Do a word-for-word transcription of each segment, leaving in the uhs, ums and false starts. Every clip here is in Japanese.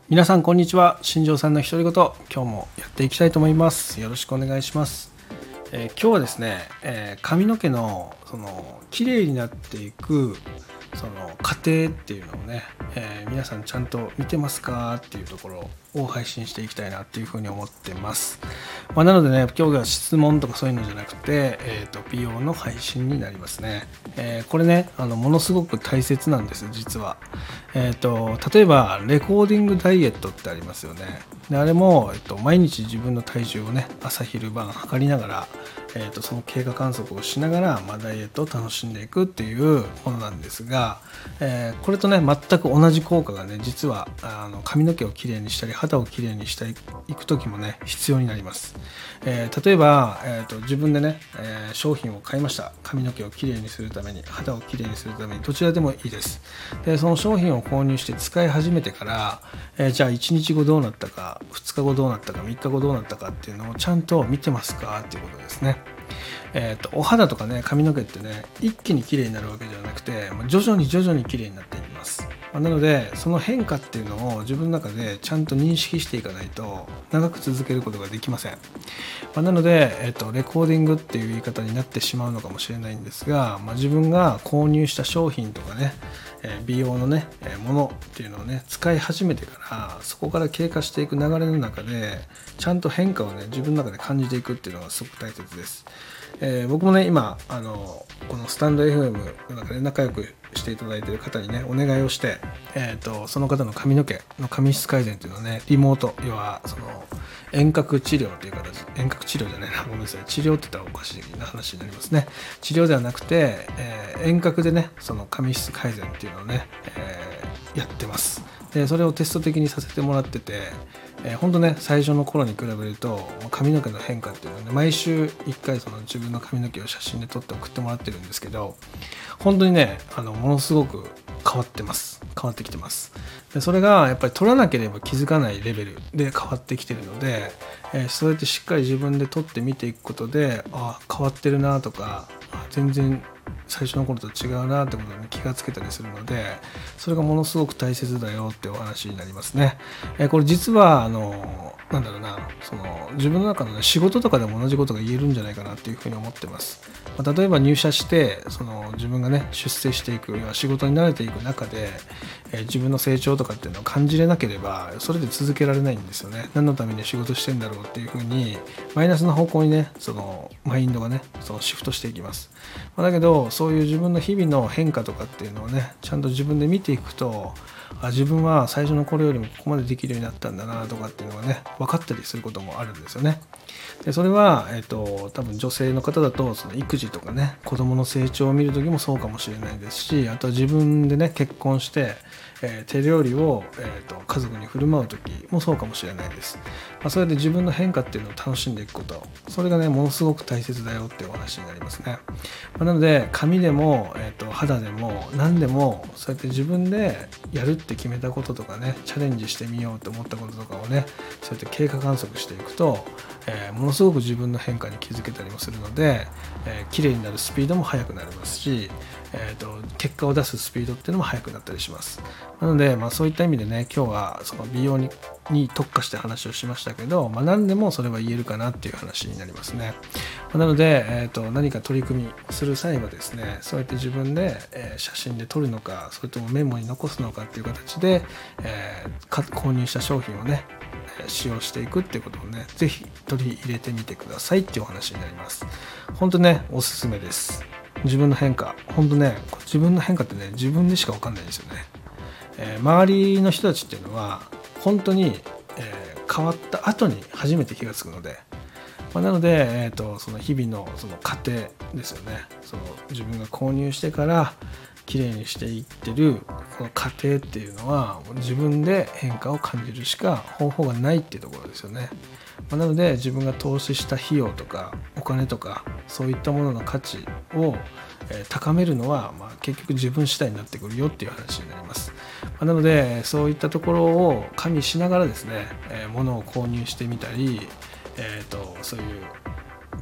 皆さんこんにちは。新庄さんの独り言、今日もやっていきたいと思います。よろしくお願いします。えー、今日はですね、えー、髪の毛のその綺麗になっていくその過程っていうのをね、えー、皆さんちゃんと見てますかっていうところを配信していきたいなっていうふうに思ってます。まあ、なのでね、今日は質問とかそういうのじゃなくて、えー、と美容の配信になりますね。えー、これね、あのものすごく大切なんです実は。えー、と例えばレコーディングダイエットってありますよね。であれも、えっと、毎日自分の体重をね朝昼晩測りながら、えー、とその経過観測をしながら、まあ、ダイエットを楽しんでいくっていうものなんですが、えー、これとね全く同じ効果がね実はあの髪の毛をきれいにしたり肌をきれいにしていく時もね必要になります。えー、例えば、えー、と自分でね、えー、商品を買いました。髪の毛をきれいにするために、肌をきれいにするために、どちらでもいいです。でその商品を購入して使い始めてから、えー、じゃあいちにちごどうなったか、ふつかごどうなったか、みっかごどうなったかっていうのをちゃんと見てますかっていうことですね。えー、とお肌とかね髪の毛ってね一気に綺麗になるわけではなくて、徐々に徐々に綺麗になっていきます。なのでその変化っていうのを自分の中でちゃんと認識していかないと長く続けることができません。なので、えー、とレコーディングっていう言い方になってしまうのかもしれないんですが、まあ、自分が購入した商品とかね、美容のねものっていうのをね使い始めてからそこから経過していく流れの中でちゃんと変化をね自分の中で感じていくっていうのがすごく大切です。えー、僕もね今あのこのスタンド エフエム の中で仲良くしていただいている方にねお願いをして、えー、とその方の髪の毛の髪質改善っていうのをねリモート、要はその遠隔治療という形、遠隔治療じゃないなごめんなさい治療って言ったらおかしいな話になりますね。治療ではなくて、えー、遠隔でねその髪質改善っていうのをね、えー、やってます。でそれをテスト的にさせてもらってて、えー、ほんとね最初の頃に比べると髪の毛の変化っていうのをね毎週いっかいその自分の髪の毛を写真で撮って送ってもらってるんですけど、本当にねあのものすごく変わってます変わってきてます。でそれがやっぱり撮らなければ気づかないレベルで変わってきてるので、えー、そうやってしっかり自分で撮って見ていくことで、あ変わってるなとか、全然最初の頃と違うなってことに気がつけたりするので、それがものすごく大切だよってお話になりますね。えー、これ実はあのなんだろうなその自分の中の、ね、仕事とかでも同じことが言えるんじゃないかなっていうふうに思ってます。まあ、例えば入社してその自分がね出世していく、要は仕事に慣れていく中で、えー、自分の成長とかっていうのを感じれなければそれで続けられないんですよね。何のために仕事してんだろうっていうふうにマイナスな方向にねそのマインドがねそのシフトしていきます。まあ、だけどそういう自分の日々の変化とかっていうのをねちゃんと自分で見ていくと、あ自分は最初の頃よりもここまでできるようになったんだなとかっていうのがね分かったりすることもあるんですよね。でそれは、えーと、多分女性の方だとその育児とかね子供の成長を見る時もそうかもしれないですし、あとは自分でね結婚して、えー、手料理を、えーと、家族に振る舞う時もそうかもしれないです。まあ、それで自分の変化っていうのを楽しんでいくこと、それがねものすごく大切だよっていうお話になりますね。まあ、なので髪でも、えーと、肌でも何でもそうやって自分でやるって決めたこととかねチャレンジしてみようと思ったこととかをねそうやって経過観測していくと、えー、ものすごく自分の変化に気づけたりもするので、えー、綺麗になるスピードも速くなりますし、えーと、結果を出すスピードっていうのも速くなったりします。なので、まあ、そういった意味でね今日はその美容にに特化して話をしましたけど、まあ、何でもそれは言えるかなっていう話になりますね。なので、えーと、何か取り組みする際はですねそうやって自分で、えー、写真で撮るのかそれともメモに残すのかっていう形で、えー、購入した商品をね使用していくっていうことをねぜひ取り入れてみてくださいっていうお話になります。本当ねおすすめです。自分の変化本当ね自分の変化ってね自分でしか分かんないんですよね。えー、周りの人たちっていうのは本当に、えー、変わった後に初めて気がつくので、まあ、なので、えーと、その日々のその過程ですよね。その自分が購入してからきれいにしていってるこの過程っていうのは自分で変化を感じるしか方法がないっていうところですよね。まあ、なので自分が投資した費用とかお金とかそういったものの価値を高めるのは、まあ、結局自分次第になってくるよっていう話になります。まあ、なのでそういったところを加味しながらですね、えー、物を購入してみたり、えーと、そういう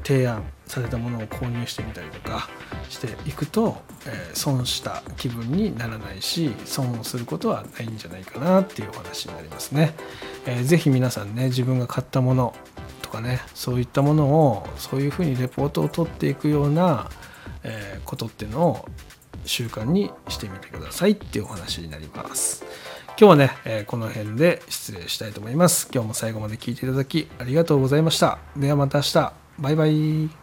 提案されたものを購入してみたりとかしていくと、えー、損した気分にならないし、損をすることはないんじゃないかなっていうお話になりますね。えー、ぜひ皆さんね、自分が買ったものとかね、そういったものをそういうふうにレポートを取っていくような、えー、ことっていうのを習慣にしてみてくださいっていうお話になります。今日はね、えー、この辺で失礼したいと思います。今日も最後まで聞いていただきありがとうございました。ではまた明日。バイバイ。